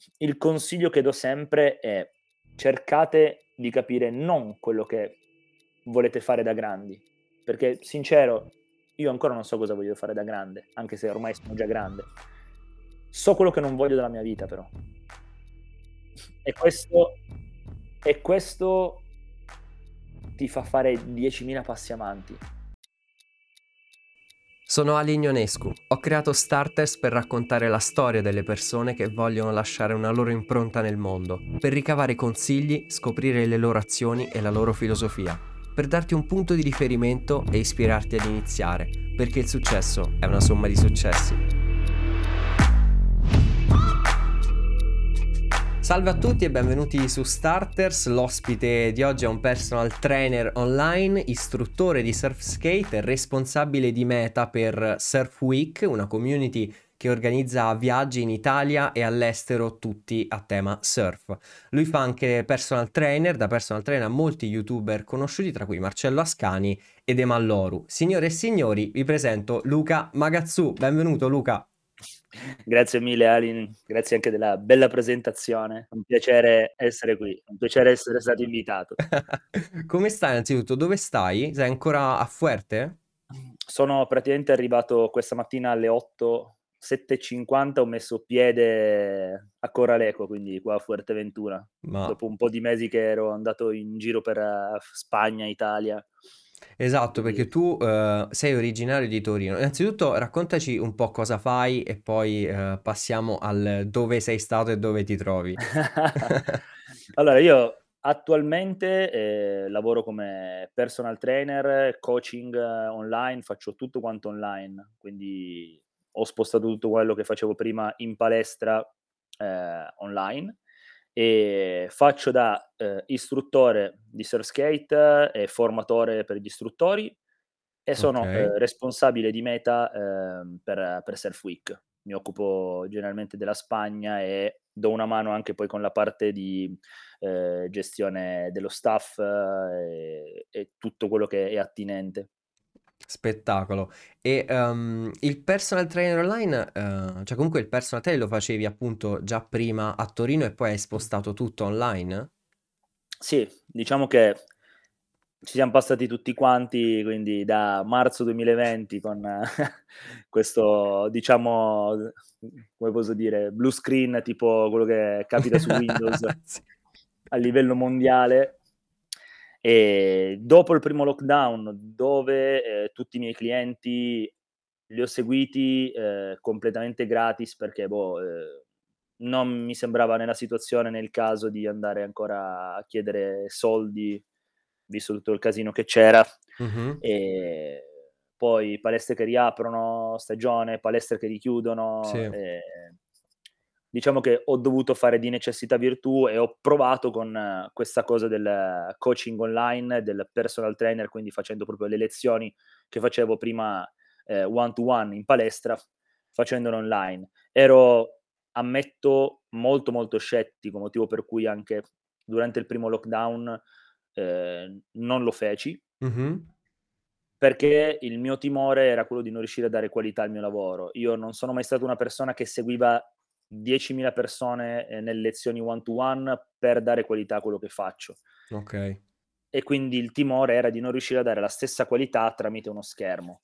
il consiglio che do sempre è: cercate di capire non quello che volete fare da grandi, perché sincero, io ancora non so cosa voglio fare da grande, anche se ormai sono già grande. So quello che non voglio dalla mia vita però. E questo ti fa fare 10.000 passi avanti. Sono Ali Ignonescu. Ho creato Starters per raccontare la storia delle persone che vogliono lasciare una loro impronta nel mondo, per ricavare consigli, scoprire le loro azioni e la loro filosofia, per darti un punto di riferimento e ispirarti ad iniziare, perché il successo è una somma di successi. Salve a tutti e benvenuti su Starters. L'ospite di oggi è un personal trainer online, istruttore di surf skate e responsabile di meta per Surf Week, una community che organizza viaggi in Italia e all'estero tutti a tema surf. Lui fa anche personal trainer, da personal trainer a molti youtuber conosciuti, tra cui Marcello Ascani ed Emalloru. Signore e signori, vi presento Luca Magazzu. Benvenuto Luca. Grazie mille Ali, grazie anche della bella presentazione. Un piacere essere qui, un piacere essere stato invitato. Come stai innanzitutto? Dove stai? Sei ancora a Fuerte? Sono praticamente arrivato questa mattina alle 8, 7:50, ho messo piede a Coraleco, quindi qua a Fuerteventura, Ma dopo un po' di mesi che ero andato in giro per Spagna, Italia. esatto, perché Quindi tu sei originario di Torino. Innanzitutto raccontaci un po' cosa fai e poi passiamo al dove sei stato e dove ti trovi. allora io attualmente, lavoro come personal trainer, coaching online, faccio tutto quanto online, quindi ho spostato tutto quello che facevo prima in palestra, online e faccio da, istruttore di surf skate e formatore per gli istruttori e sono, Ok. responsabile di meta, per Surf Week. Mi occupo generalmente della Spagna e do una mano anche poi con la parte di, gestione dello staff, e tutto quello che è attinente. Spettacolo. E il personal trainer online, cioè comunque il personal trainer lo facevi appunto già prima a Torino e poi hai spostato tutto online? Sì, diciamo che ci siam passati tutti quanti, quindi da marzo 2020 con questo diciamo, come posso dire, blue screen tipo quello che capita su Windows Sì. a livello mondiale. Dopo il primo lockdown dove, tutti i miei clienti li ho seguiti, completamente gratis perché, boh, non mi sembrava né la situazione né il caso di andare ancora a chiedere soldi, visto tutto il casino che c'era. Mhm. Ehm, Poi palestre che riaprono stagione, palestre che richiudono, Sì. diciamo che ho dovuto fare di necessità virtù e ho provato con questa cosa del coaching online, del personal trainer, quindi facendo proprio le lezioni che facevo prima, one to one in palestra, facendolo online. Ero, ammetto, molto, molto scettico, motivo per cui anche durante il primo lockdown, non lo feci, Mhm. perché il mio timore era quello di non riuscire a dare qualità al mio lavoro. Io non sono mai stato una persona che seguiva 10.000 persone, nelle lezioni one to one per dare qualità a quello che faccio. Ok. E quindi il timore era di non riuscire a dare la stessa qualità tramite uno schermo.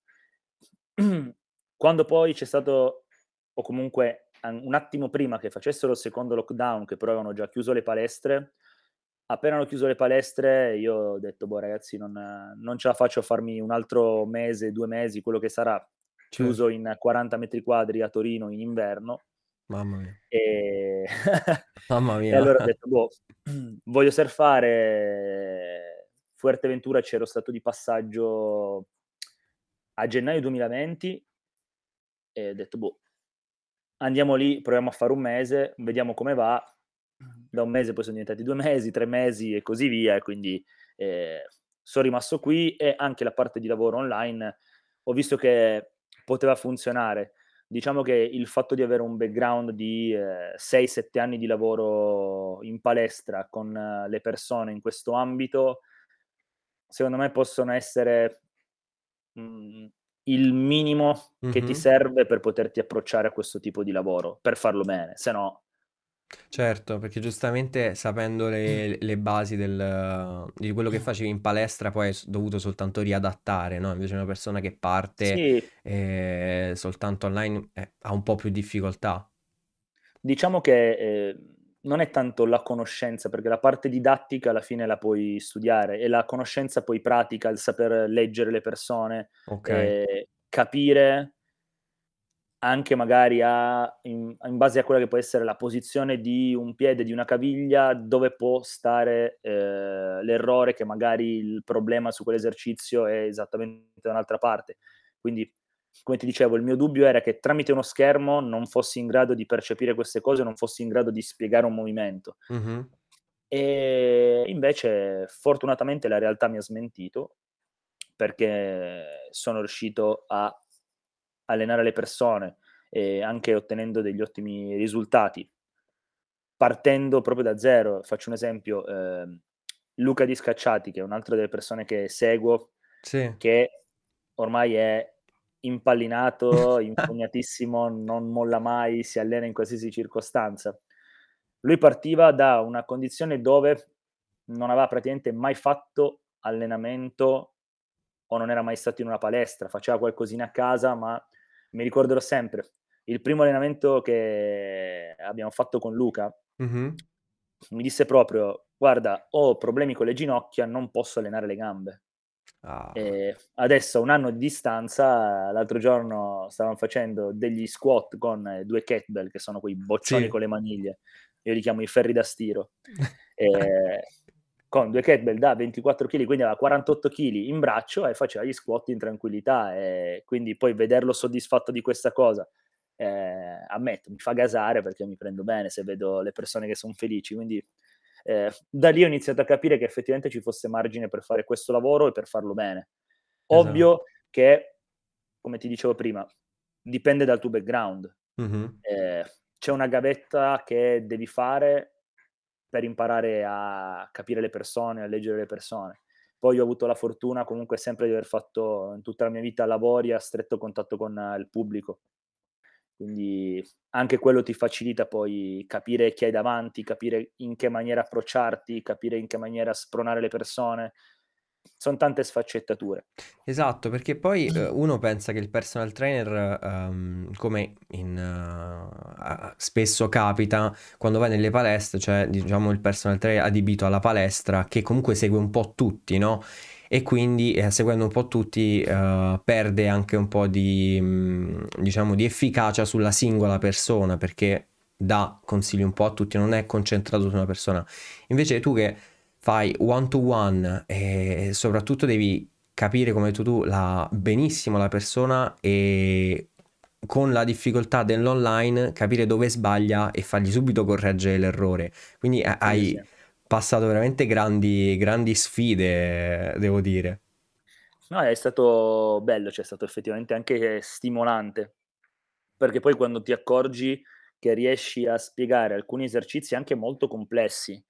Quando poi c'è stato, o comunque un attimo prima che facessero il secondo lockdown, che però avevano già chiuso le palestre, appena hanno chiuso le palestre io ho detto: "Boh ragazzi, non ce la faccio a farmi un altro mese, 2 mesi, quello che sarà, chiuso Certo. in 40 metri quadri a Torino in inverno". Mamma mia. Ehm, Mamma e mia. allora ho detto: "Boh, voglio surfare". Fuerteventura c'ero stato di passaggio a gennaio 2020 e ho detto: "Boh, andiamo lì, proviamo a fare un mese, vediamo come va". Da un mese poi son diventati 2 mesi, 3 mesi e così via, e quindi, ehm, son rimasto qui e anche la parte di lavoro online ho visto che poteva funzionare. Diciamo che il fatto di avere un background di, 6, 7 anni di lavoro in palestra con le persone in questo ambito, secondo me possono essere, mhmm, il minimo che ti Mhm. serve per poterti approcciare a questo tipo di lavoro, per farlo bene, se no Certo, perché giustamente sapendo le basi di quello che facevi in palestra, poi hai dovuto soltanto riadattare, no? Invece una persona che parte Sì, soltanto online ha un po' più difficoltà. diciamo che, non è tanto la conoscenza, perché la parte didattica alla fine la puoi studiare, è la conoscenza poi pratica, il saper leggere le persone, Ok. capire anche magari in base a quella che può essere la posizione di un piede, di una caviglia, dove può stare, l'errore che magari il problema su quell'esercizio è esattamente da un'altra parte. Quindi, come ti dicevo, il mio dubbio era che tramite uno schermo non fossi in grado di percepire queste cose, non fossi in grado di spiegare un movimento. Mhm. Invece fortunatamente la realtà mi ha smentito, perché sono riuscito a allenare le persone e anche ottenendo degli ottimi risultati, partendo proprio da zero. Faccio un esempio, Luca Di Scacciati, che è un'altra delle persone che seguo, Sì. che ormai è impallinato, impegnatissimo, non molla mai, si allena in qualsiasi circostanza. Lui partiva da una condizione dove non aveva praticamente mai fatto allenamento o non era mai stato in una palestra, faceva qualcosina a casa, ma mi ricorderò sempre. Il primo allenamento che abbiamo fatto con Luca, Mhm. mi disse proprio: "Guarda, ho problemi con le ginocchia, non posso allenare le gambe". Ah. Adesso a 1 anno di distanza, l'altro giorno stavamo facendo degli squat con 2 kettlebell, che sono quei boccioni Sì. con le maniglie, io li chiamo i ferri da stiro, ehm, con 2 kettlebell da 24 chili, quindi aveva 48 chili in braccio e faceva gli squat in tranquillità, quindi poi vederlo soddisfatto di questa cosa, ammetto, mi fa gasare perché mi prendo bene se vedo le persone che son felici, quindi da lì ho iniziato a capire che effettivamente ci fosse margine per fare questo lavoro e per farlo bene. Esatto. Ovvio che, come ti dicevo prima, dipende dal tuo background. Mhm. Ehm, c'è una gavetta che devi fare per imparare a capire le persone, a leggere le persone. Poi ho avuto la fortuna comunque sempre di aver fatto in tutta la mia vita lavori a stretto contatto con il pubblico. Quindi anche quello ti facilita poi capire chi hai davanti, capire in che maniera approcciarti, capire in che maniera spronare le persone. Son tante sfaccettature. Esatto, perché poi uno pensa che il personal trainer, come spesso capita quando vai nelle palestre, cioè diciamo il personal trainer adibito alla palestra, che comunque segue un po' tutti, no? E quindi seguendo un po' tutti perde anche un po' di, diciamo, di efficacia sulla singola persona, perché dà consigli un po' a tutti, non è concentrato su una persona. Invece tu che fai one to one e soprattutto devi capire come tu benissimo la persona e con la difficoltà dell'online capire dove sbaglia e fargli subito correggere l'errore. Quindi Sì, sì. hai passato veramente grandi, grandi sfide, devo dire. No, è stato bello, cioè è stato effettivamente anche stimolante, perché poi quando ti accorgi che riesci a spiegare alcuni esercizi anche molto complessi,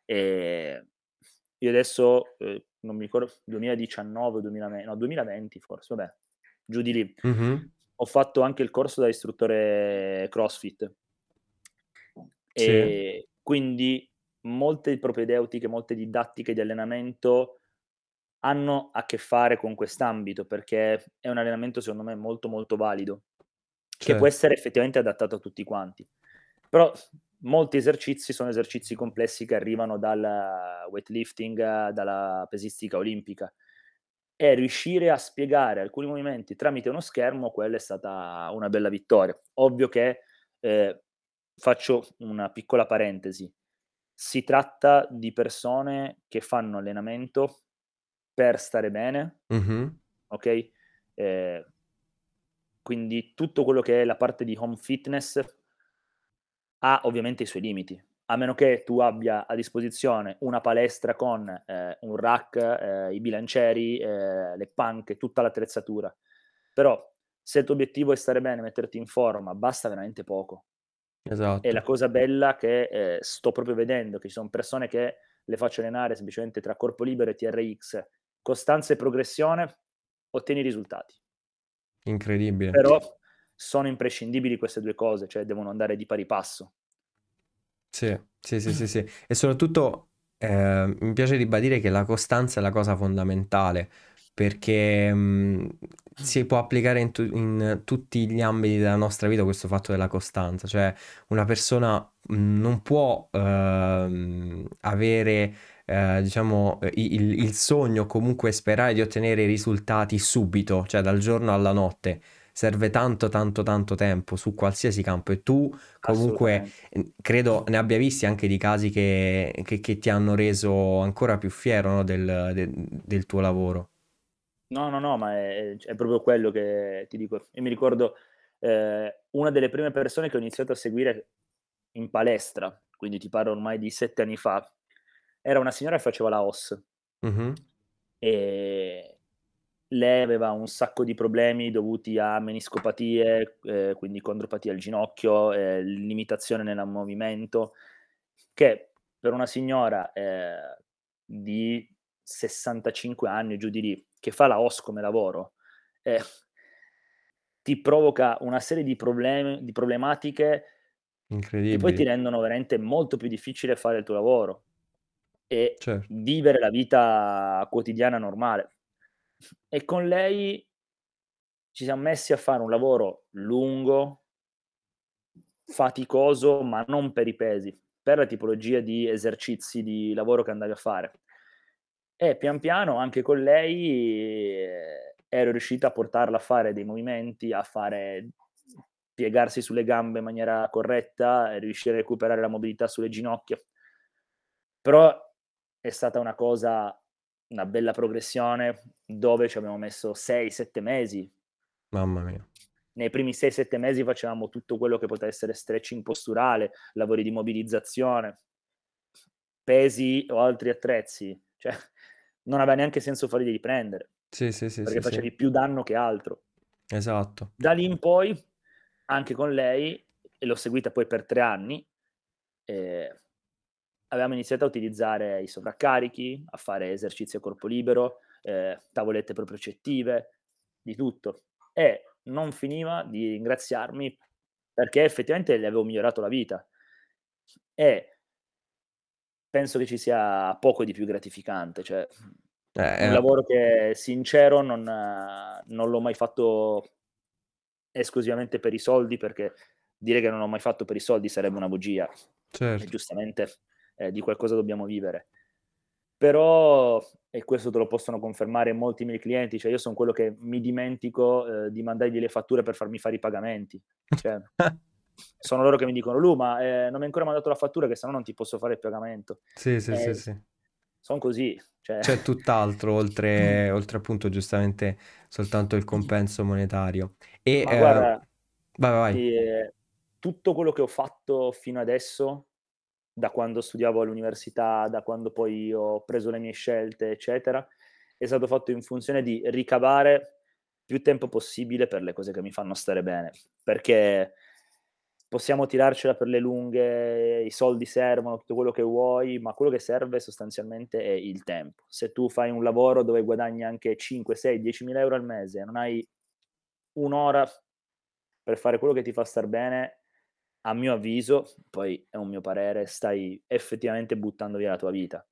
io adesso, non mi ricordo 2019, 2020 forse, vabbè, giù di lì. Mhm. Ho fatto anche il corso da istruttore CrossFit. Sì. Quindi molte propedeutiche, molte didattiche di allenamento hanno a che fare con quest'ambito, perché è un allenamento secondo me molto, molto valido, che può Certo. essere effettivamente adattato a tutti quanti. Però molti esercizi sono esercizi complessi che arrivano dal weightlifting, dalla pesistica olimpica e riuscire a spiegare alcuni movimenti tramite uno schermo, quella è stata una bella vittoria. Ovvio che, ehm, faccio una piccola parentesi, si tratta di persone che fanno allenamento per stare bene, Mhm. okay, ehm, quindi tutto quello che è la parte di home fitness ha ovviamente i suoi limiti, a meno che tu abbia a disposizione una palestra con, un rack, i bilancieri, le panche, tutta l'attrezzatura. Però se il tuo obiettivo è stare bene, metterti in forma, basta veramente poco. E la Esatto. cosa bella che, sto proprio vedendo, che ci son persone che le faccio allenare semplicemente tra corpo libero e TRX, costanza e progressione, ottieni i risultati. Incredibile. Però sono imprescindibili queste 2 cose, cioè devono andare di pari passo. Sì, sì, sì, sì, sì. E soprattutto mi piace ribadire che la costanza è la cosa fondamentale, perché si può applicare in tutti gli ambiti della nostra vita questo fatto della costanza, cioè una persona non può avere, diciamo, il sogno o comunque sperare di ottenere i risultati subito, cioè dal giorno alla notte. Serve tanto, tanto, tanto tempo su qualsiasi campo e tu comunque Assolutamente. credo ne abbia visti anche di casi che ti hanno reso ancora più fiero, no, del tuo lavoro. No, no, no, ma è proprio quello che ti dico. Io mi ricordo, una delle prime persone che ho iniziato a seguire in palestra, quindi ti parlo ormai di 7 anni fa, era una signora che faceva la OS. Mhm. Ehm, Lei aveva un sacco di problemi dovuti a meniscopatie, quindi condropatia al ginocchio, limitazione nel movimento, che per una signora, di 65 anni, giù di lì, che fa la OS come lavoro, ehm, ti provoca una serie di problematiche che poi ti Incredibili, rendono veramente molto più difficile fare il tuo lavoro e certo. vivere la vita quotidiana normale. E con lei ci siam messi a fare un lavoro lungo, faticoso, ma non per i pesi, per la tipologia di esercizi di lavoro che andavi a fare. E pian piano anche con lei, ero riuscito a portarla a fare dei movimenti, a fare piegarsi sulle gambe in maniera corretta e riuscire a recuperare la mobilità sulle ginocchia. Però è stata una bella progressione dove ci abbiamo messo 6, 7 mesi. Mamma mia. Nei primi 6, 7 mesi facevamo tutto quello che poteva essere stretching posturale, lavori di mobilizzazione, pesi o altri attrezzi, cioè non aveva neanche senso farglieli riprendere, Sì, sì, sì, perché sì, sì. facevi più danno che altro. Esatto. Da lì in poi, anche con lei, e l'ho seguita poi per 3 anni, ehm, avevamo iniziato a utilizzare i sovraccarichi, a fare esercizi a corpo libero, tavolette propriocettive, di tutto. E non finiva di ringraziarmi perché effettivamente le avevo migliorato la vita. E penso che ci sia poco di più gratificante, cioè, un Eh, lavoro che sincero non l'ho mai fatto esclusivamente per i soldi, perché dire che non l'ho mai fatto per i soldi sarebbe una bugia e certo. giustamente, di qualcosa dobbiamo vivere. Però, e questo te lo possono confermare molti miei clienti, cioè io son quello che mi dimentico, di mandargli le fatture per farmi fare i pagamenti. Cioè, sono loro che mi dicono: "Lu, ma, non mi hai ancora mandato la fattura che se no non ti posso fare il pagamento." Sì, sì, sì, S sì. Son così, cioè C'è tutt'altro oltre appunto giustamente soltanto il compenso monetario. E ma guarda, vai, vai. ti tutto quello che ho fatto fino adesso, da quando studiavo all'università, da quando poi ho preso le mie scelte, eccetera, è stato fatto in funzione di ricavare più tempo possibile per le cose che mi fanno stare bene, perché possiamo tirarcela per le lunghe, i soldi servono, tutto quello che vuoi, ma quello che serve sostanzialmente è il tempo. Se tu fai un lavoro dove guadagni anche 5, 6, 10.000 € al mese e non hai 1 ora per fare quello che ti fa star bene, a mio avviso, poi è un mio parere, stai effettivamente buttando via la tua vita.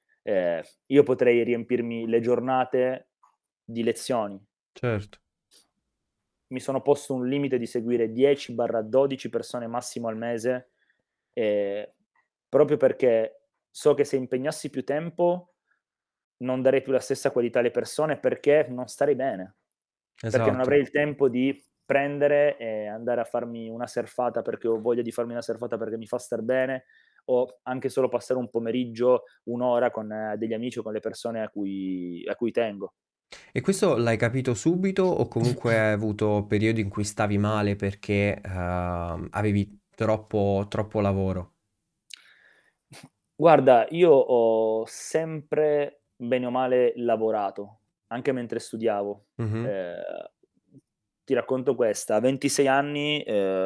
Io potrei riempirmi le giornate di lezioni. Certo. Mi sono posto un limite di seguire 10/12 persone massimo al mese, ehm, proprio perché so che se impegnassi più tempo non darei più la stessa qualità alle persone perché non starei bene. Perché non Esatto. avrei il tempo di prendere e andare a farmi una surfata perché ho voglia di farmi una surfata perché mi fa star bene, o anche solo passare un pomeriggio, 1 ora con degli amici o con le persone a cui tengo. E questo l'hai capito subito o comunque hai avuto periodi in cui stavi male perché avevi troppo lavoro? Guarda, io ho sempre, bene o male, lavorato, anche mentre studiavo. Mhm. Ehm, Ti racconto questa: a 26 anni,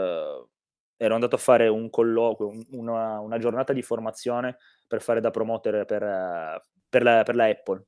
ero andato a fare un colloquio, una giornata di formazione per fare da promoter per la Apple.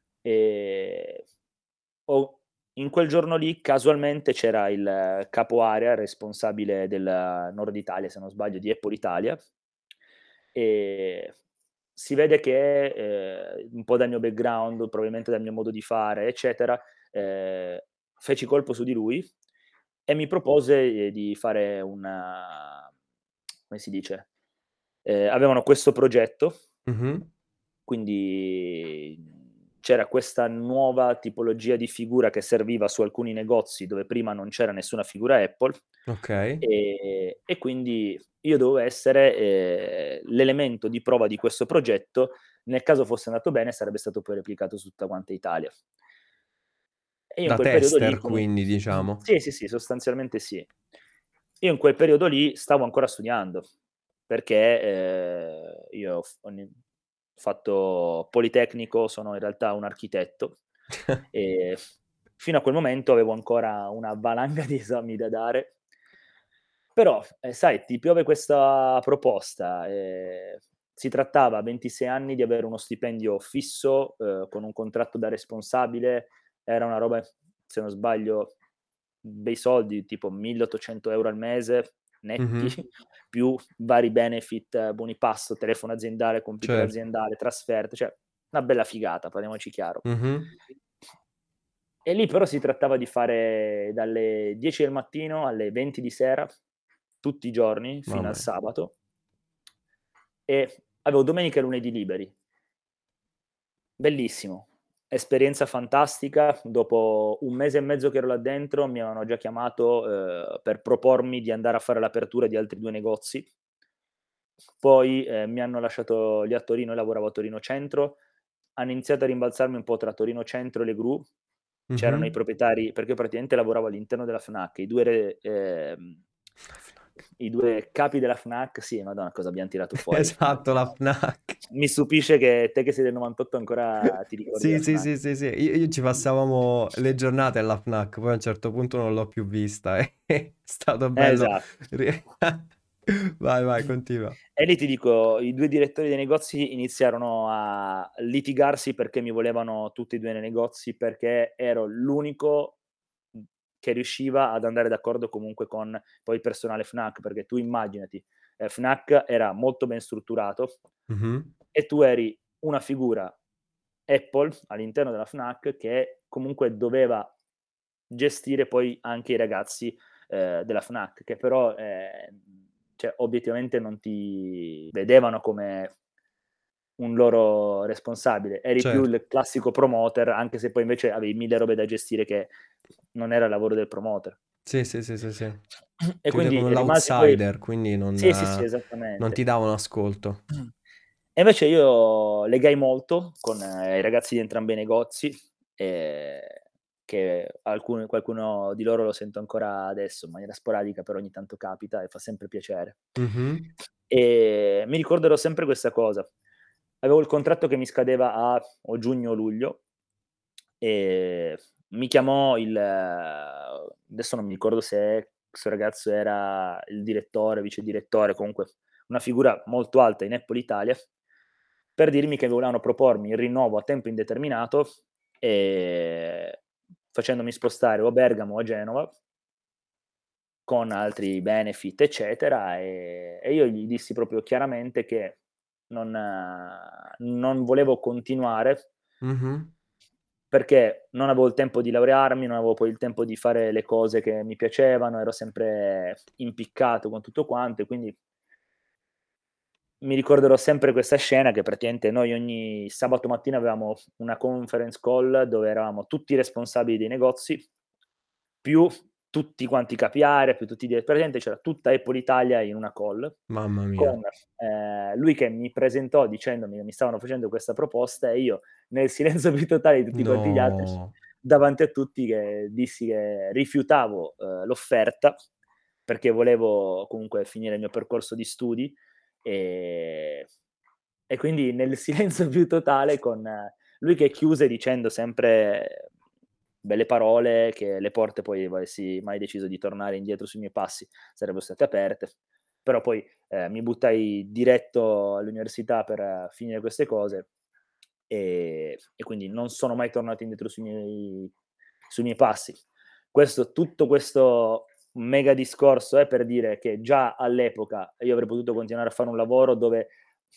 Ehm, ho In quel giorno lì casualmente c'era il capo area responsabile del Nord Italia, se non sbaglio, di Apple Italia, e si vede che, un po' dal mio background, probabilmente dal mio modo di fare, eccetera, feci colpo su di lui e mi propose, di fare una come si dice, avevano questo progetto, Mh-mh. quindi, c'era questa nuova tipologia di figura che serviva su alcuni negozi dove prima non c'era nessuna figura Apple, Okay. e quindi io dovevo essere, l'elemento di prova di questo progetto. Nel caso fosse andato bene, sarebbe stato poi replicato su tutta quanta Italia. E io in Da quel periodo lì tester quindi, diciamo. sì, sì, sì, sostanzialmente sì. Io in quel periodo lì stavo ancora studiando, perché, io ho fatto Politecnico, sono in realtà un architetto, e fino a quel momento avevo ancora una valanga di esami da dare, però, sai, ti piove questa proposta, si trattava a 26 anni di avere uno stipendio fisso, con un contratto da responsabile, era una roba, se non sbaglio, bei soldi, tipo 1.800 € al mese netti, Mh-mh. più vari benefit, buoni pasto, telefono aziendale, computer Certo. aziendale, trasferte, cioè una bella figata, parliamoci chiaro. Mh-mh. E lì però si trattava di fare dalle 10 del mattino alle 20 di sera, tutti i giorni, fino al Mamma mia. sabato, e avevo domenica e lunedì liberi. Bellissimo, esperienza fantastica. Dopo 1 mese e mezzo che ero là dentro, mi avevano già chiamato, per propormi di andare a fare l'apertura di altri 2 negozi. Poi, mi hanno lasciato lì a Torino, io lavoravo a Torino Centro, hanno iniziato a rimbalzarmi un po' tra Torino Centro e le gru. Mh-mh. C'erano i proprietari, perché io praticamente lavoravo all'interno della Fnac, i 2 capi della Fnac, sì, madonna cosa abbiam tirato fuori. Esatto, la Fnac. Mi stupisce che te che sei del '98 ancora ti ricordi Sì, della sì, Fnac. sì, sì, sì. Io ci passavamo le giornate alla Fnac, poi a un certo punto non l'ho più vista e è stato bello Esatto. ri vai, vai, continua. E lì ti dico, i 2 direttori dei negozi iniziarono a litigarsi perché mi volevano tutti e 2 nei negozi, perché ero l'unico, che riusciva ad andare d'accordo comunque con poi il personale Fnac, perché tu immaginati, Fnac era molto ben strutturato Mh-mh. e tu eri una figura Apple all'interno della Fnac che comunque doveva gestire poi anche i ragazzi, della Fnac, che però, cioè obiettivamente non ti vedevano come un loro responsabile, eri più Certo. il classico promoter, anche se poi invece avevi 1000 robe da gestire che non era il lavoro del promoter. Sì, sì, sì, sì, sì. E Ti vedevo quindi come un rimasi poi outsider, quindi sì, sì, sì, non ti esattamente. davano ascolto. E invece io legai molto con, i ragazzi di entrambi i negozi, ehm, che qualcuno di loro lo sento ancora adesso in maniera sporadica, però ogni tanto capita e fa sempre piacere. Mh-mh. Mi ricorderò sempre questa cosa. Avevo il contratto che mi scadeva a o giugno o luglio, e mi chiamò adesso non mi ricordo se questo ragazzo era il direttore, vice direttore, comunque una figura molto alta in Apple Italia, per dirmi che volevano propormi il rinnovo a tempo indeterminato, ehm, facendomi spostare o a Bergamo o a Genova, con altri benefit, eccetera, e io gli dissi proprio chiaramente che non volevo continuare, Mh-mh. perché non avevo il tempo di laurearmi, non avevo poi il tempo di fare le cose che mi piacevano, ero sempre impiccato con tutto quanto, e quindi mi ricorderò sempre questa scena che praticamente noi ogni sabato mattina avevamo una conference call dove eravamo tutti i responsabili dei negozi, più tutti quanti i capi area, più tutti i praticamente c'era tutta Apple Italia in una call, Mamma mia. con, lui che mi presentò dicendomi che mi stavano facendo questa proposta e io, nel silenzio più totale di tutti quanti gli altri, No. davanti a tutti che dissi che rifiutavo, l'offerta, perché volevo comunque finire il mio percorso di studi, ehm, e quindi nel silenzio più totale con lui che chiuse dicendo sempre belle parole, che le porte poi avessi mai deciso di tornare indietro sui miei passi sarebbero state aperte, però poi, mi buttai diretto all'università per finire queste cose, e quindi non sono mai tornato indietro sui miei passi. Tutto questo mega discorso è per dire che già all'epoca io avrei potuto continuare a fare un lavoro dove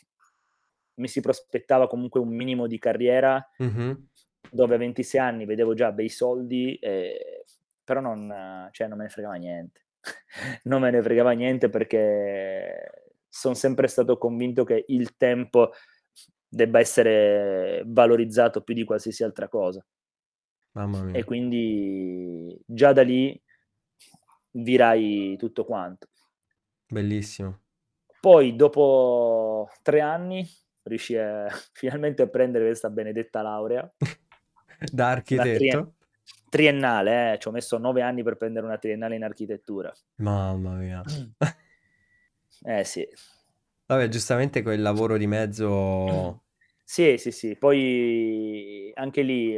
mi si prospettava comunque un minimo di carriera, Mh-mh. dove a 26 anni vedevo già bei soldi, però non me ne fregava niente. Non me ne fregava niente perché son sempre stato convinto che il tempo debba essere valorizzato più di qualsiasi altra cosa. Mamma E mia, quindi già da lì virai tutto quanto. bellissimo. Poi dopo 3 anni riuscii a finalmente a prendere questa benedetta laurea, Da una architetto? triennale, ci ho messo 9 anni per prendere una triennale in architettura. Mamma mia. Eh sì. Vabbè, giustamente quel lavoro di mezzo Sì, sì, sì. Poi anche lì,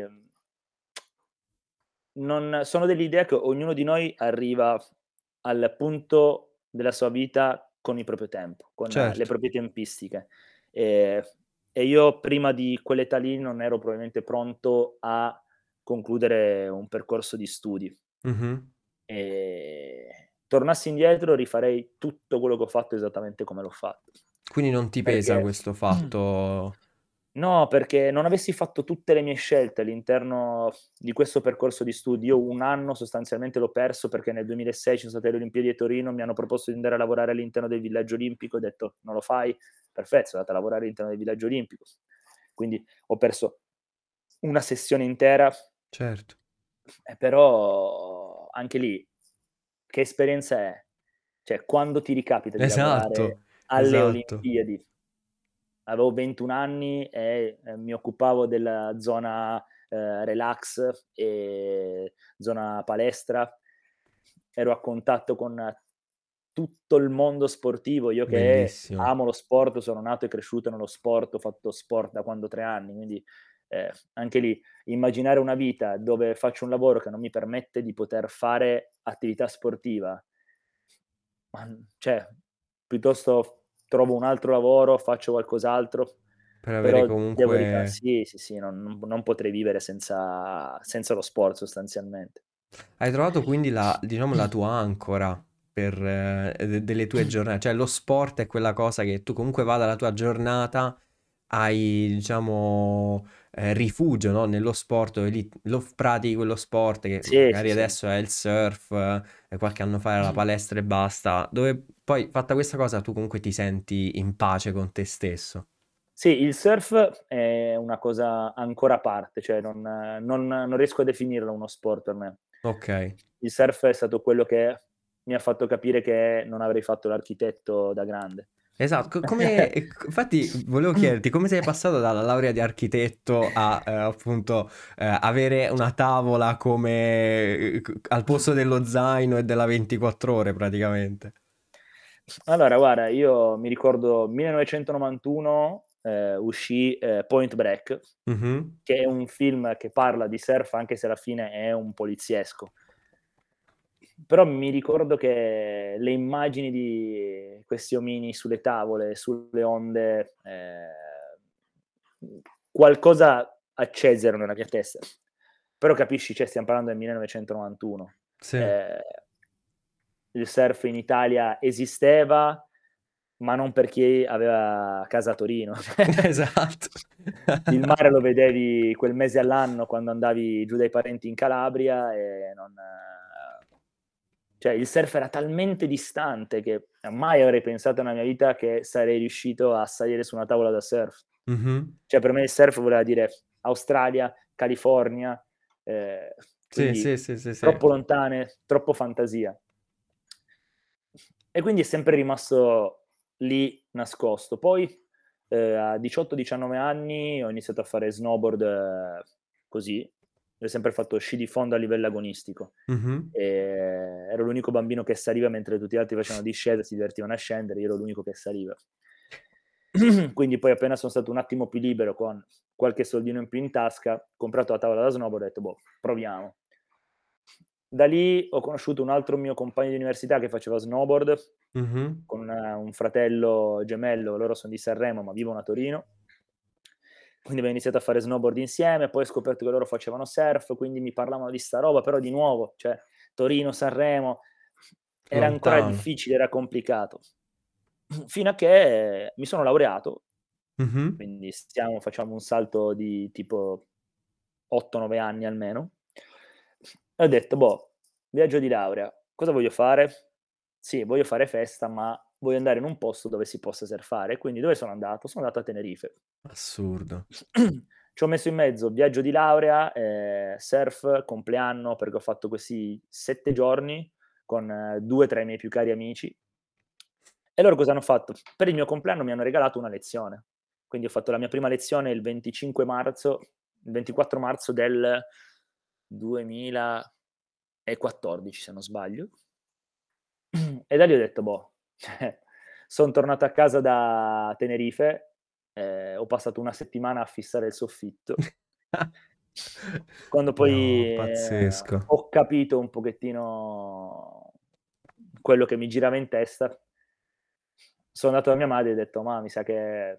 non sono dell'idea che ognuno di noi arriva al punto della sua vita con il proprio tempo, con le certo. proprie tempistiche. Ehm, e io prima di quell'età lì non ero probabilmente pronto a concludere un percorso di studi. Mh-mh. Tornassi indietro rifarei tutto quello che ho fatto esattamente come l'ho fatto. Quindi non ti pesa Perché questo fatto no, perché non avessi fatto tutte le mie scelte all'interno di questo percorso di studi, io 1 anno sostanzialmente l'ho perso perché nel 2006 ci sono state le Olimpiadi a Torino, mi hanno proposto di andare a lavorare all'interno del villaggio olimpico, ho detto: "Non lo fai?" Perfetto, sono andato a lavorare all'interno del villaggio olimpico. Quindi ho perso una sessione intera, certo. però anche lì che esperienza è? Cioè, quando ti ricapita di lavorare Esatto, alle esatto. Olimpiadi. Avevo 21 anni e, mi occupavo della zona, relax e zona palestra. Ero a contatto con tutto il mondo sportivo. Io che Bellissimo. amo lo sport, sono nato e cresciuto nello sport, ho fatto sport da quando ho 3 anni, quindi, anche lì immaginare una vita dove faccio un lavoro che non mi permette di poter fare attività sportiva, cioè, piuttosto trovo un altro lavoro, faccio qualcos'altro, Per avere però devo comunque sì, sì, sì, non potrei vivere senza lo sport sostanzialmente. hai trovato quindi la diciamo la tua ancora per delle tue giornate, cioè lo sport è quella cosa che tu comunque vada la tua giornata, hai diciamo, rifugio, no, nello sport dove lì lo f pratichi quello sport che Sì, sì, magari sì. adesso è il surf, qualche anno fa era la palestra e basta, dove poi fatta questa cosa tu comunque ti senti in pace con te stesso. Sì, il surf è una cosa ancora a parte, cioè non riesco a definirlo uno sport per me. Okay. Il surf è stato quello che mi ha fatto capire che non avrei fatto l'architetto da grande. Come infatti volevo chiederti come sei passato dalla laurea di architetto a, appunto, avere una tavola come al posto dello zaino e della 24 ore praticamente. Allora guarda, io mi ricordo 1991, uscì, Point Break, Mh-mh. che è un film che parla di surf anche se alla fine è un poliziesco. Però mi ricordo che le immagini di questi omini sulle tavole, sulle onde, qualcosa accesero nella mia testa. Però capisci, cioè stiam parlando del 1991. Sì, Ehm, il surf in Italia esisteva, ma non per chi aveva casa a Torino. esatto. Il mare lo vedevi quel mese all'anno quando andavi giù dai parenti in Calabria e non cioè il surf era talmente distante che mai avrei pensato nella mia vita che sarei riuscito a salire su una tavola da surf. Mh-mh. Cioè per me il surf voleva dire Australia, California, ehm, Sì, quindi sì, sì, sì, sì. troppo lontane, troppo fantasia. E quindi è sempre rimasto lì nascosto. Poi, a 18, 19 anni ho iniziato a fare snowboard così, ho sempre fatto sci di fondo a livello agonistico. Mh-mh. Ero l'unico bambino che saliva mentre tutti gli altri facevano discesa, si divertivano a scendere, io ero l'unico che saliva. Quindi poi appena sono stato un attimo più libero, con qualche soldino in più in tasca, ho comprato la tavola da snowboard e ho detto: "Boh, proviamo". Da lì ho conosciuto un altro mio compagno di università che faceva snowboard, Mh-mh. con un fratello gemello, loro son di Sanremo, ma vivono a Torino. Quindi abbiamo iniziato a fare snowboard insieme, poi ho scoperto che loro facevano surf, quindi mi parlavano di 'sta roba, però di nuovo, cioè Torino, Sanremo, era ancora Lontano. difficile, era complicato. Fino a che mi sono laureato Mh-mh. quindi facciamo un salto di tipo 8, 9 anni almeno. E ho detto: "Boh, viaggio di laurea, cosa voglio fare? Sì, voglio fare festa, ma voglio andare in un posto dove si possa surfare". Quindi dove sono andato? Sono andato a Tenerife. Assurdo. Ci ho messo in mezzo viaggio di laurea, surf, compleanno, perché ho fatto questi 7 giorni con 2 tra i miei più cari amici. E loro cosa hanno fatto? Per il mio compleanno mi hanno regalato una lezione. Quindi ho fatto la mia prima lezione il 25 marzo, il 24 marzo del 2014 se non sbaglio. E da lì ho detto: "Boh", cioè son tornato a casa da Tenerife, ho passato una settimana a fissare il soffitto. Quando poi, No, pazzesco. ho capito un pochettino quello che mi girava in testa, sono andato da mia madre e ho detto: "Ma mi sa che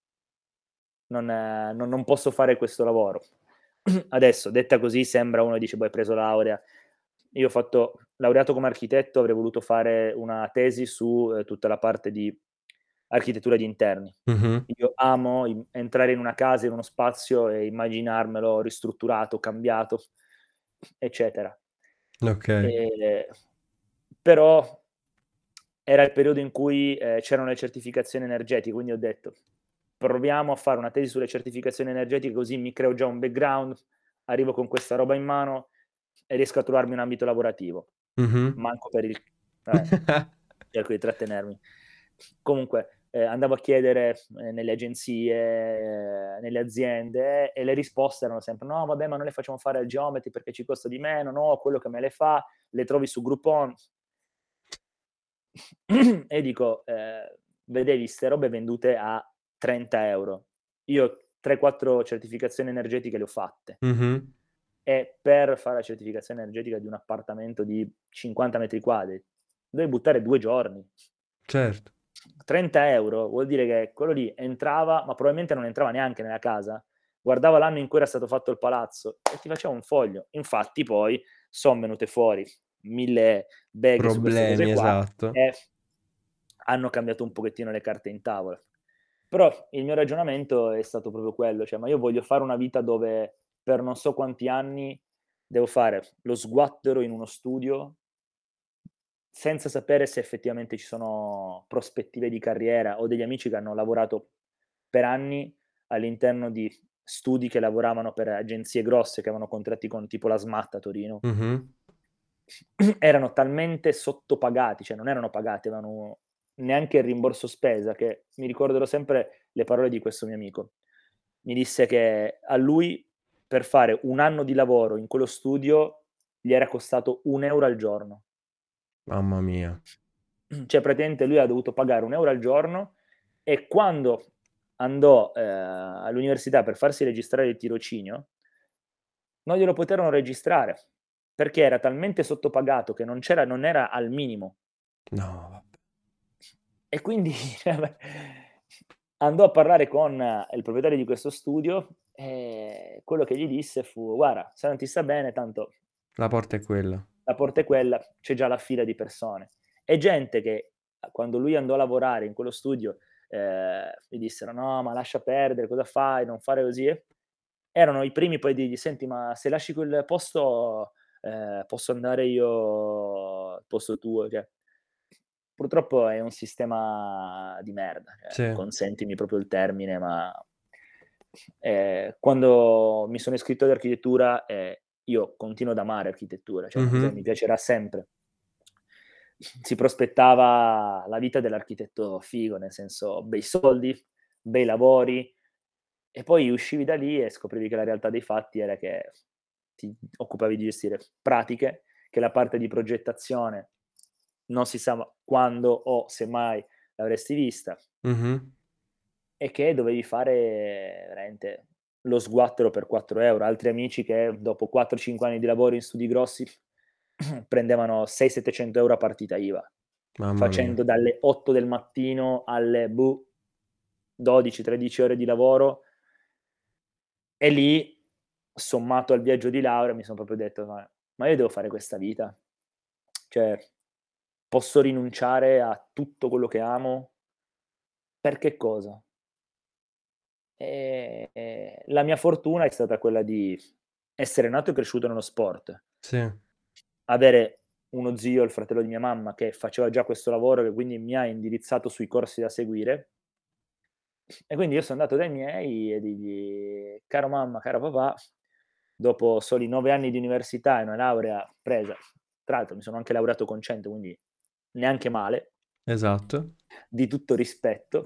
non posso fare questo lavoro". Adesso detta così sembra uno dice: "Boh, hai preso laurea". Io ho fatto laureato come architetto, avrei voluto fare una tesi su, tutta la parte di architettura di interni. Mh-mh. Io amo entrare in una casa, in uno spazio e immaginarmelo ristrutturato, cambiato, eccetera. Okay. Ehm, Però era il periodo in cui, c'erano le certificazioni energetiche, quindi ho detto: "Proviamo a fare una tesi sulle certificazioni energetiche, così mi creo già un background, arrivo con questa roba in mano e riesco a trovarmi un ambito lavorativo". Mh-mh. Manco per il vabbè, cerco di trattenermi. Comunque, andavo a chiedere, nelle agenzie, nelle aziende e le risposte erano sempre: "No, vabbè, ma noi le facciamo fare al geometry perché ci costa di meno, no, quello che me le fa, le trovi su Groupon". E dico, vedevi 'ste robe vendute a 30 €. Io 3, 4 certificazioni energetiche le ho fatte Mh-mh. e per fare la certificazione energetica di un appartamento di 50 metri quadri dovevi buttare 2 giorni. Certo. 30 € vuol dire che quello lì entrava, ma probabilmente non entrava neanche nella casa, guardava l'anno in cui era stato fatto il palazzo e ti faceva un foglio. Infatti poi son venute fuori 1000 beghe su queste cose Problemi, qua esatto. e hanno cambiato un pochettino le carte in tavola. Però il mio ragionamento è stato proprio quello, cioè: ma io voglio fare una vita dove per non so quanti anni devo fare lo sguattero in uno studio, senza sapere se effettivamente ci sono prospettive di carriera. Ho degli amici che hanno lavorato per anni all'interno di studi che lavoravano per agenzie grosse, che avevano contratti con tipo la SMAT a Torino. Mh-mh. Erano talmente sottopagati, cioè non erano pagati, avevano neanche il rimborso spesa, che mi ricorderò sempre le parole di questo mio amico. Mi disse che a lui per fare 1 anno di lavoro in quello studio gli era costato 1 € al giorno. Mamma mia. Cioè praticamente lui ha dovuto pagare 1 € al giorno e quando andò, all'università per farsi registrare il tirocinio, non glielo poterono registrare, perché era talmente sottopagato che non era al minimo. No, vabbè. E quindi cioè beh, andò a parlare con il proprietario di questo studio, quello che gli disse fu: "Guarda, se non ti sta bene tanto La porta è quella. la porta è quella, c'è già la fila di persone". E gente che quando lui andò a lavorare in quello studio, gli dissero: "No, ma lascia perdere, cosa fai, non fare così", erano i primi poi a dirgli: "Senti, ma se lasci quel posto, posso andare io al posto tuo", cioè purtroppo è un sistema di merda, cioè Sì. consentimi proprio il termine, ma, quando mi sono iscritto ad architettura, io continuo ad amare architettura, cioè è una cosa Mh-mh. che mi piacerà sempre. Si prospettava la vita dell'architetto figo, nel senso bei soldi, bei lavori e poi uscivi da lì e scoprivi che la realtà dei fatti era che ti occupavi di gestire pratiche, che la parte di progettazione non si sa quando o se mai l'avresti vista Mh-mh. e che dovevi fare veramente lo sguattero per 4 €. Altri amici che dopo 4, 5 anni di lavoro in studi grossi prendevano 600, 700 € a partita IVA, Mamma mia. facendo dalle 8 del mattino alle, 12, 13 ore di lavoro e lì, sommato al viaggio di laurea, mi son proprio detto: "Ma io devo fare questa vita? Cioè, posso rinunciare a tutto quello che amo? Per che cosa?" La mia fortuna è stata quella di essere nato e cresciuto nello sport, Sì, avere uno zio, il fratello di mia mamma, che faceva già questo lavoro, che quindi mi ha indirizzato sui corsi da seguire, e quindi io sono andato dai miei e digli: "Caro mamma, caro papà, dopo soli 9 anni di università e una laurea presa", tra l'altro mi sono anche laureato con 100, quindi neanche male, esatto. di tutto rispetto.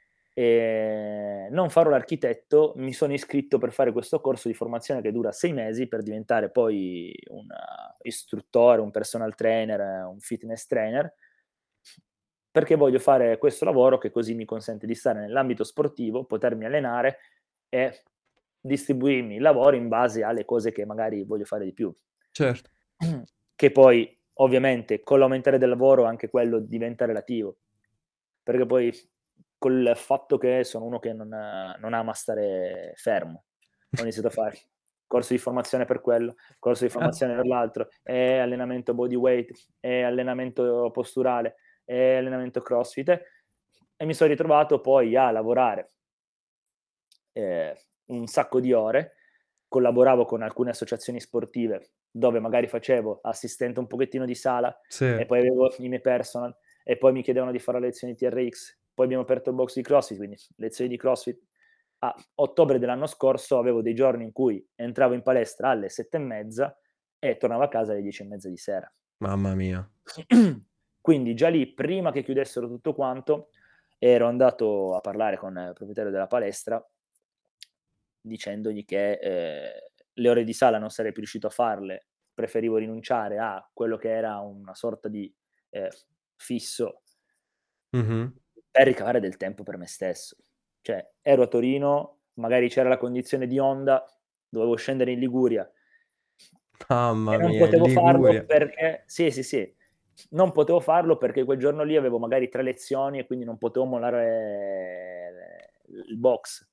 Non farò l'architetto, mi sono iscritto per fare questo corso di formazione che dura 6 mesi per diventare poi un istruttore, un personal trainer, un fitness trainer, perché voglio fare questo lavoro che così mi consente di stare nell'ambito sportivo, potermi allenare e distribuirmi il lavoro in base alle cose che magari voglio fare di più. Certo. Che poi ovviamente con l'aumentare del lavoro anche quello diventa relativo, perché poi col fatto che sono uno che non ama stare fermo, ho iniziato a fare corso di formazione per quello, corso di formazione per l'altro, e allenamento bodyweight, e allenamento posturale, e allenamento CrossFit, e mi son ritrovato poi a lavorare ehm, un sacco di ore, collaboravo con alcune associazioni sportive dove magari facevo assistente un pochettino di sala Sì. e poi avevo i miei personal e poi mi chiedevano di fare le lezioni TRX. Poi abbiamo aperto il box di CrossFit, quindi lezioni di CrossFit. A ottobre dell'anno scorso avevo dei giorni in cui entravo in palestra alle 7 e mezza e tornavo a casa alle 10 e mezza di sera. Mamma mia. Quindi già lì, prima che chiudessero tutto quanto, ero andato a parlare con il proprietario della palestra dicendogli che, le ore di sala non sarei più riuscito a farle, preferivo rinunciare a quello che era una sorta di, ehm, fisso Mh-mh. per ricavare del tempo per me stesso. Cioè, ero a Torino, magari c'era la condizione di onda, dovevo scendere in Liguria e Mamma non mia, in potevo farlo Liguria. perché sì, sì, sì, non potevo farlo perché quel giorno lì avevo magari 3 lezioni e quindi non potevo mollare il box.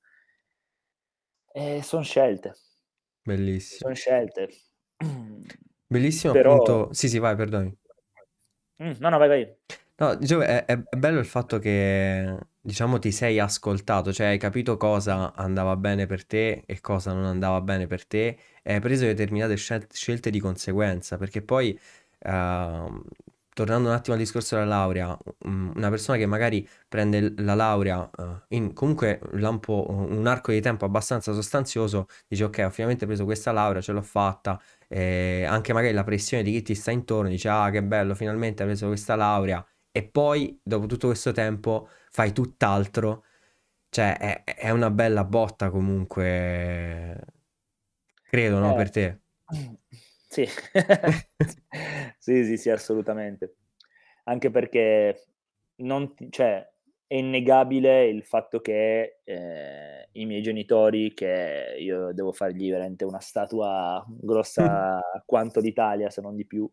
Bellissimo. Son scelte. Bellissimo Però appunto sì, sì, vai, perdonami. no, no, vai, vai. No, dicevo è bello il fatto che, diciamo, ti sei ascoltato, cioè hai capito cosa andava bene per te e cosa non andava bene per te e hai preso determinate scelte di conseguenza, perché poi, ehm, tornando un attimo al discorso della laurea, una persona che magari prende la laurea, in comunque lampo, un arco di tempo abbastanza sostanzioso, dice ok, ho finalmente preso questa laurea, ce l'ho fatta, e anche magari la pressione di chi ti sta intorno dice ah che bello, finalmente hai preso questa laurea e poi dopo tutto questo tempo fai tutt'altro, cioè è una bella botta comunque, credo, no, Eh, per te. sì. Sì, sì, sì, assolutamente. Anche perché non ti cioè, è innegabile il fatto che, i miei genitori, che io devo fargli veramente una statua grossa quanto l'Italia, se non di più,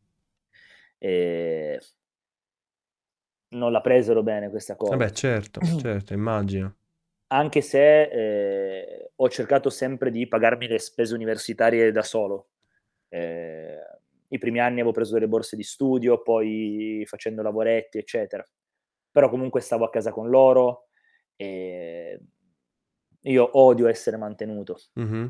ehm, non la presero bene questa Vabbè, cosa. certo, certo, immagino. Anche se, ho cercato sempre di pagarmi le spese universitarie da solo. Ehm, I primi anni avevo preso delle borse di studio, poi facendo lavoretti, eccetera. Però comunque stavo a casa con loro, ehm, io odio essere mantenuto. Mhm.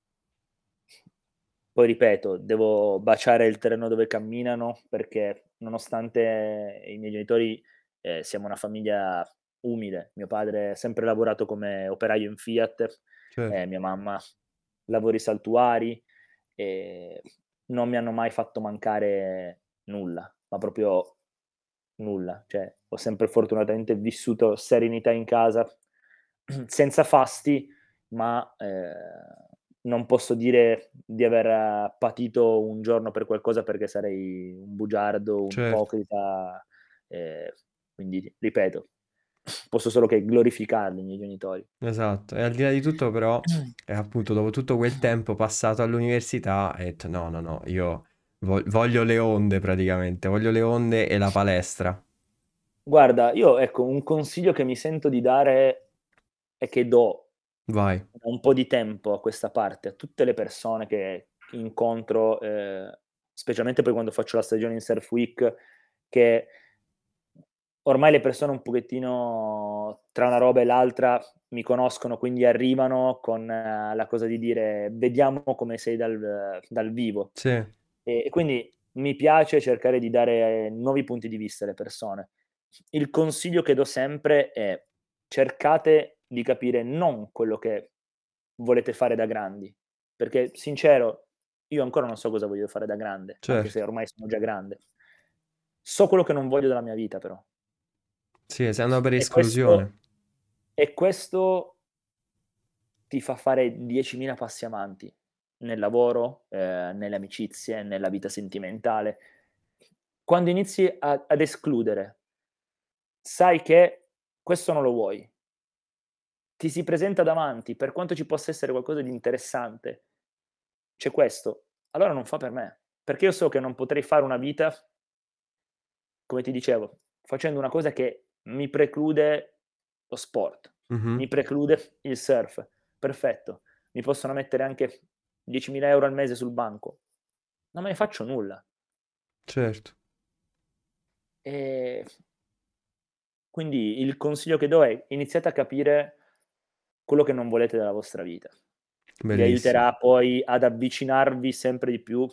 Poi ripeto, devo baciare il terreno dove camminano, perché nonostante i miei genitori, siamo una famiglia umile, mio padre ha sempre lavorato come operaio in Fiat, Certo, mia mamma lavori saltuari, ehm, non mi hanno mai fatto mancare nulla, ma proprio nulla. Cioè, ho sempre fortunatamente vissuto serenità in casa, senza fasti, ma, non posso dire di aver patito un giorno per qualcosa perché sarei un bugiardo, un certo, ipocrita, ehm, quindi ripeto, posso solo che glorificarli i miei genitori. esatto. E al di là di tutto però, appunto, dopo tutto quel tempo passato all'università, hai detto no, no, no, io voglio le onde praticamente, voglio le onde e la palestra. Guarda, io ecco, un consiglio che mi sento di dare e che do Vai. da un po' di tempo a questa parte, a tutte le persone che incontro, specialmente poi quando faccio la stagione in Surf Week, che ormai le persone un pochettino tra una roba e l'altra mi conoscono, quindi arrivano con la cosa di dire: "Vediamo come sei dal vivo". Sì. E quindi mi piace cercare di dare nuovi punti di vista alle persone. Il consiglio che do sempre è: cercate di capire non quello che volete fare da grandi, perché sincero, io ancora non so cosa voglio fare da grande, anche se Certo. ormai sono già grande. So quello che non voglio dalla mia vita però. Sì, sei andato per E questo esclusione. e questo ti fa fare 10.000 passi avanti nel lavoro, nelle amicizie, nella vita sentimentale. Quando inizi ad escludere, sai che questo non lo vuoi, ti si presenta davanti, per quanto ci possa essere qualcosa di interessante, c'è questo, allora non fa per me, perché io so che non potrei fare una vita, come ti dicevo, facendo una cosa che mi preclude lo sport, Mh-mh. mi preclude il surf. Perfetto, mi possono mettere anche 10.000 € al mese sul banco, non me ne faccio nulla. Certo, Ehm, quindi il consiglio che do è: iniziate a capire quello che non volete dalla vostra vita. Vi bellissimo. aiuterà poi ad avvicinarvi sempre di più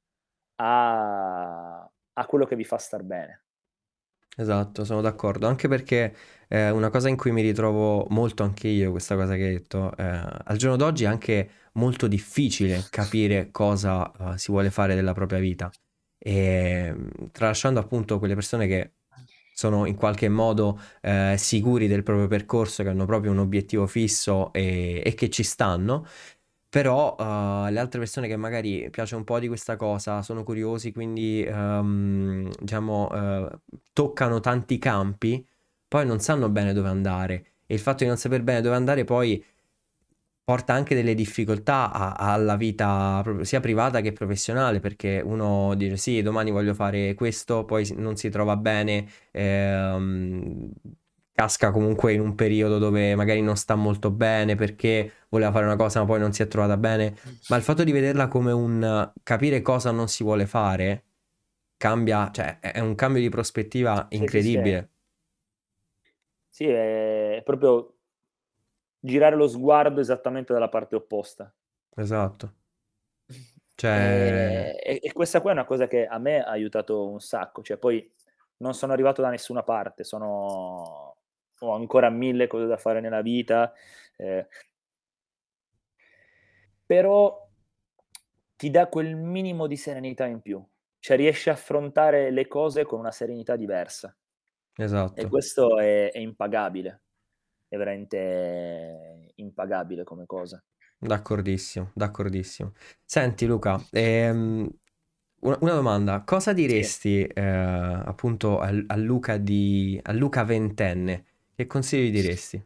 a quello che vi fa star bene. Esatto, sono d'accordo. Anche perché una cosa in cui mi ritrovo molto anche io, questa cosa che hai detto, al giorno d'oggi è anche molto difficile capire cosa si vuole fare della propria vita. E tralasciando appunto quelle persone che sono in qualche modo sicuri del proprio percorso, che hanno proprio un obiettivo fisso e che ci stanno. Però le altre persone che magari piace un po' di questa cosa, sono curiosi, quindi diciamo toccano tanti campi, poi non sanno bene dove andare. E il fatto di non saper bene dove andare poi porta anche delle difficoltà alla vita sia privata che professionale, perché uno dice sì, domani voglio fare questo, poi non si trova bene, casca comunque in un periodo dove magari non sta molto bene perché voleva fare una cosa ma poi non si è trovata bene, ma il fatto di vederla come un capire cosa non si vuole fare cambia, cioè è un cambio di prospettiva Sì, sì, sì. incredibile. Sì, è proprio girare lo sguardo esattamente dalla parte opposta. Esatto. Cioè, E questa qua è una cosa che a me ha aiutato un sacco, cioè poi non sono arrivato da nessuna parte, ho ancora 1000 cose da fare nella vita, ehm, però ti dà quel minimo di serenità in più, cioè riesci a affrontare le cose con una serenità diversa e esatto. questo è impagabile, è veramente impagabile come cosa. D'accordissimo, d'accordissimo. Senti Luca, una domanda, cosa Sì. diresti appunto a Luca a Luca ventenne? Che consigli diresti?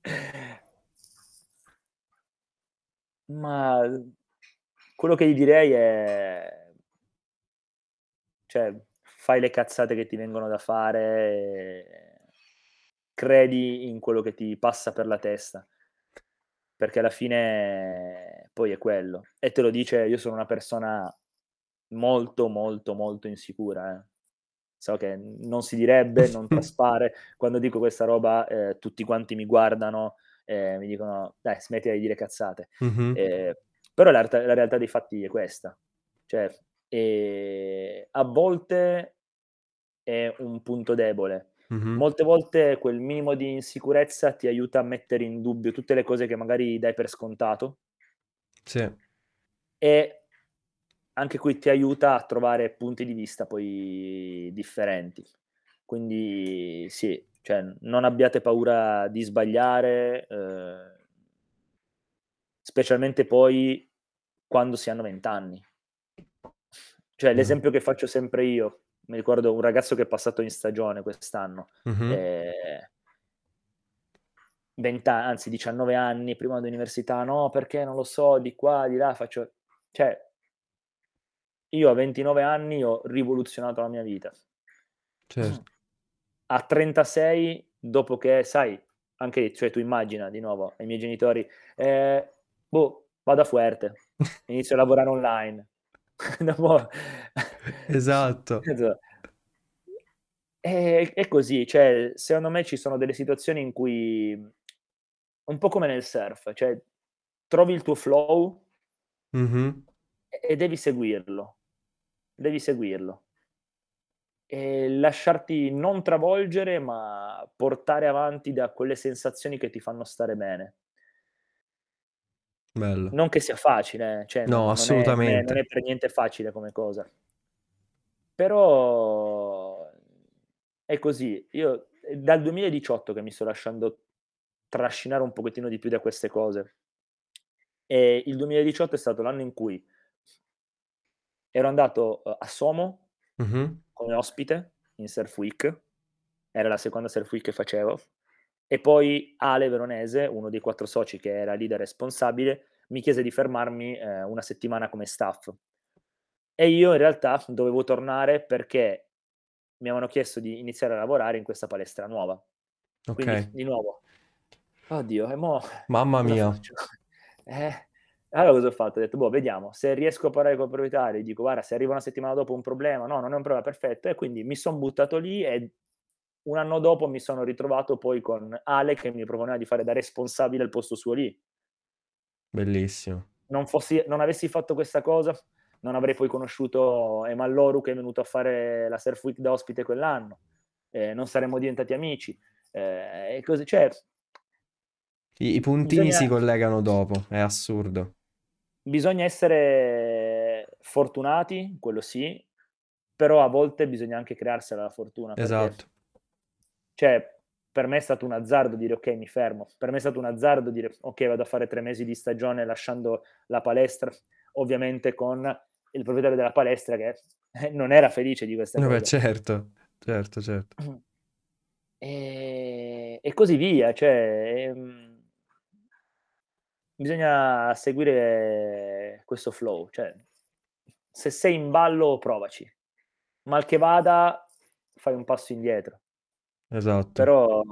Ma, quello che gli direi è, cioè, fai le cazzate che ti vengono da fare e credi in quello che ti passa per la testa, perché alla fine poi è quello. E te lo dice, io sono una persona molto, molto, molto insicura, eh. So che non si direbbe, non traspare. Quando dico questa roba, tutti quanti mi guardano e mi dicono: "Dai, smettila di dire cazzate". Mhm, Ehm, però la realtà dei fatti è questa. Cioè, a volte è un punto debole. mhm. Molte volte quel minimo di insicurezza ti aiuta a mettere in dubbio tutte le cose che magari dai per scontato Sì, e anche qui ti aiuta a trovare punti di vista poi differenti. Quindi sì, cioè non abbiate paura di sbagliare, specialmente poi quando si hanno 20 anni. Cioè esatto. l'esempio che faccio sempre io, mi ricordo un ragazzo che è passato in stagione quest'anno, Mhm, ehm 20 a anzi 19 anni, prima dell'università: "No, perché non lo so, di qua, di là", faccio, cioè io a 29 anni ho rivoluzionato la mia vita. certo. A 36 dopo che sai, anche lì, cioè tu immagina di nuovo ai miei genitori: boh, vado a Fuerte, inizio a lavorare online." Dopo Esatto. È così, cioè secondo me ci sono delle situazioni in cui un po' come nel surf, cioè trovi il tuo flow Mhm. e devi seguirlo e lasciarti non travolgere, ma portare avanti da quelle sensazioni che ti fanno stare bene. Bello. Non che sia facile, cioè No, non è assolutamente. per niente facile come cosa. Però è così. Io è dal 2018 che mi sto lasciando trascinare un pochettino di più da queste cose. E il 2018 è stato l'anno in cui ero andato, a Como Mhm. come ospite in Surf Week, era la seconda Surf Week che facevo, e poi Ale Veronese, uno dei 4 soci che era lì da responsabile, mi chiese di fermarmi, 1 settimana come staff. E io in realtà dovevo tornare perché mi avevano chiesto di iniziare a lavorare in questa palestra nuova. Ok. Quindi di nuovo: "Oddio, e mo' Mamma cosa mia. faccio?" Eh, allora cosa ho fatto? Ho detto: "Boh, vediamo, se riesco a parlare col proprietario, gli dico: "Guarda, se arriva una settimana dopo un problema", "No, non è un problema", "Perfetto". E quindi mi son buttato lì e 1 anno dopo mi sono ritrovato poi con Ale che mi proponeva di fare da responsabile al posto suo lì. Bellissimo. Non avessi fatto questa cosa, non avrei poi conosciuto Emalloru che è venuto a fare la Surf Week da ospite quell'anno, non saremmo diventati amici. E così cioè I puntini bisogna si collegano dopo, è assurdo. bisogna essere fortunati, quello sì, però a volte bisogna anche crearsela la fortuna, perché Esatto, cioè per me è stato un azzardo dire: "Okay, mi fermo". Per me è stato un azzardo dire: "Okay, vado a fare 3 mesi di stagione lasciando la palestra", ovviamente con il proprietario della palestra che, non era felice di questa vabbè cosa. certo, certo, certo. E così via, cioè, bisogna seguire questo flow, cioè se sei in ballo provaci, mal che vada fai un passo indietro, Esatto, però,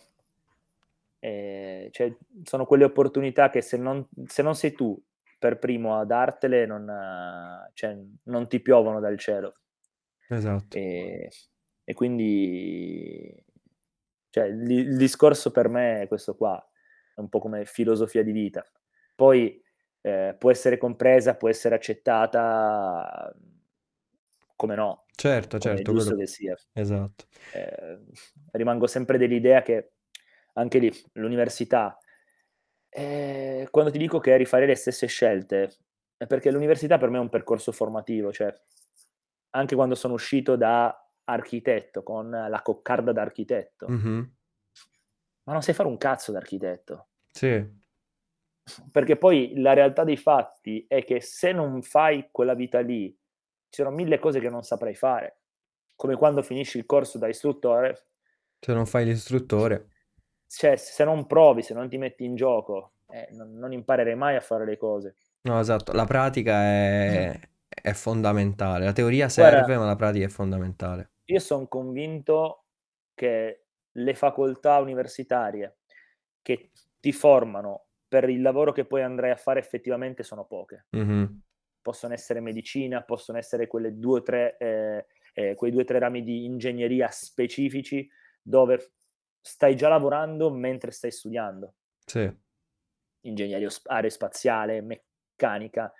cioè sono quelle opportunità che se non sei tu per primo a dartele cioè non ti piovono dal cielo. esatto. Ehm, e quindi cioè il discorso per me è questo qua, è un po' come filosofia di vita. Poi, può essere compresa, può essere accettata, come no, Certo, come è certo, giusto quello che sia. esatto. Ehm, rimango sempre dell'idea che anche lì l'università quando ti dico che rifare le stesse scelte, è perché l'università per me è un percorso formativo, cioè anche quando sono uscito da architetto con la coccarda da architetto, Mh-mh. ma non sai fare un cazzo da architetto. Sì, Perché poi la realtà dei fatti è che se non fai quella vita lì, ci sono 1000 cose che non saprai fare. Come quando finisci il corso da istruttore, se non fai l'istruttore. cioè se non provi, se non ti metti in gioco, non imparerai mai a fare le cose. No, esatto, la pratica è fondamentale. La teoria Guarda, serve, ma la pratica è fondamentale. io son convinto che le facoltà universitarie che ti formano per il lavoro che poi andrai a fare effettivamente sono poche. Mh-mh. Possono essere medicina, possono essere quelle 2 o 3 quei 2 o 3 rami di ingegneria specifici dove stai già lavorando mentre stai studiando. Sì, Ingegneria aerospaziale, meccanica,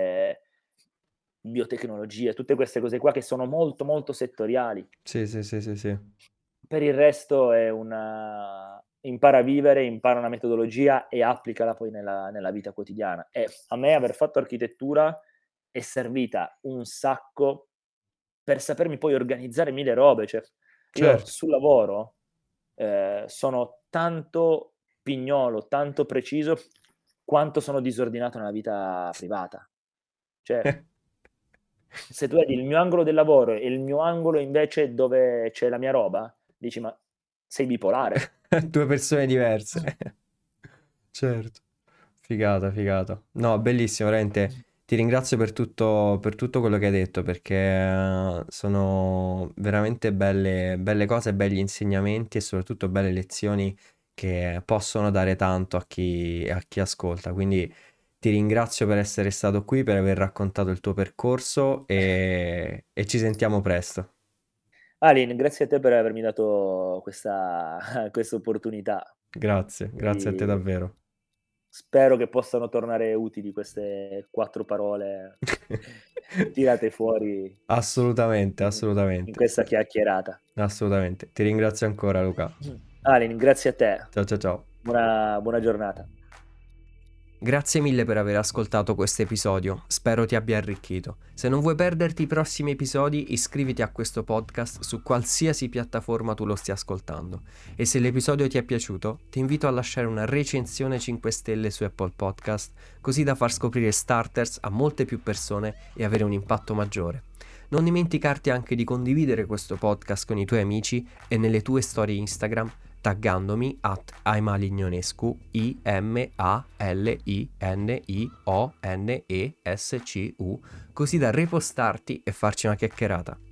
biotecnologie, tutte queste cose qua che sono molto, molto settoriali. sì, sì, sì, sì, sì. Per il resto è impara a vivere, impara una metodologia e applicala poi nella vita quotidiana. E a me aver fatto architettura è servita un sacco per sapermi poi organizzare 1000 robe, cioè io Certo. sul lavoro, sono tanto pignolo, tanto preciso quanto sono disordinato nella vita privata. Cioè, se tu vedi il mio angolo del lavoro e il mio angolo invece dove c'è la mia roba, dici: "Ma sei bipolare". 2 persone diverse. Certo. Figata, figata. No, bellissimo, veramente. Ti ringrazio per tutto quello che hai detto, perché sono veramente belle, belle cose, belli insegnamenti e soprattutto belle lezioni che possono dare tanto a chi ascolta. Quindi ti ringrazio per essere stato qui, per aver raccontato il tuo percorso e ci sentiamo presto. Alin, grazie a te per avermi dato questa opportunità. Grazie a te Quindi davvero. spero che possano tornare utili queste 4 parole tirate fuori Assolutamente, in assolutamente, questa chiacchierata. assolutamente. Ti ringrazio ancora Luca. Alin, grazie a te. Ciao ciao ciao. Buona giornata. Grazie mille per aver ascoltato questo episodio, spero ti abbia arricchito. Se non vuoi perderti i prossimi episodi, iscriviti a questo podcast su qualsiasi piattaforma tu lo stia ascoltando. E se l'episodio ti è piaciuto, ti invito a lasciare una recensione 5 stelle su Apple Podcast, così da far scoprire Starters a molte più persone e avere un impatto maggiore. Non dimenticarti anche di condividere questo podcast con i tuoi amici e nelle tue storie Instagram, taggandomi @aimalignonescu, IMALINIONESCU, così da repostarti e farci una chiacchierata.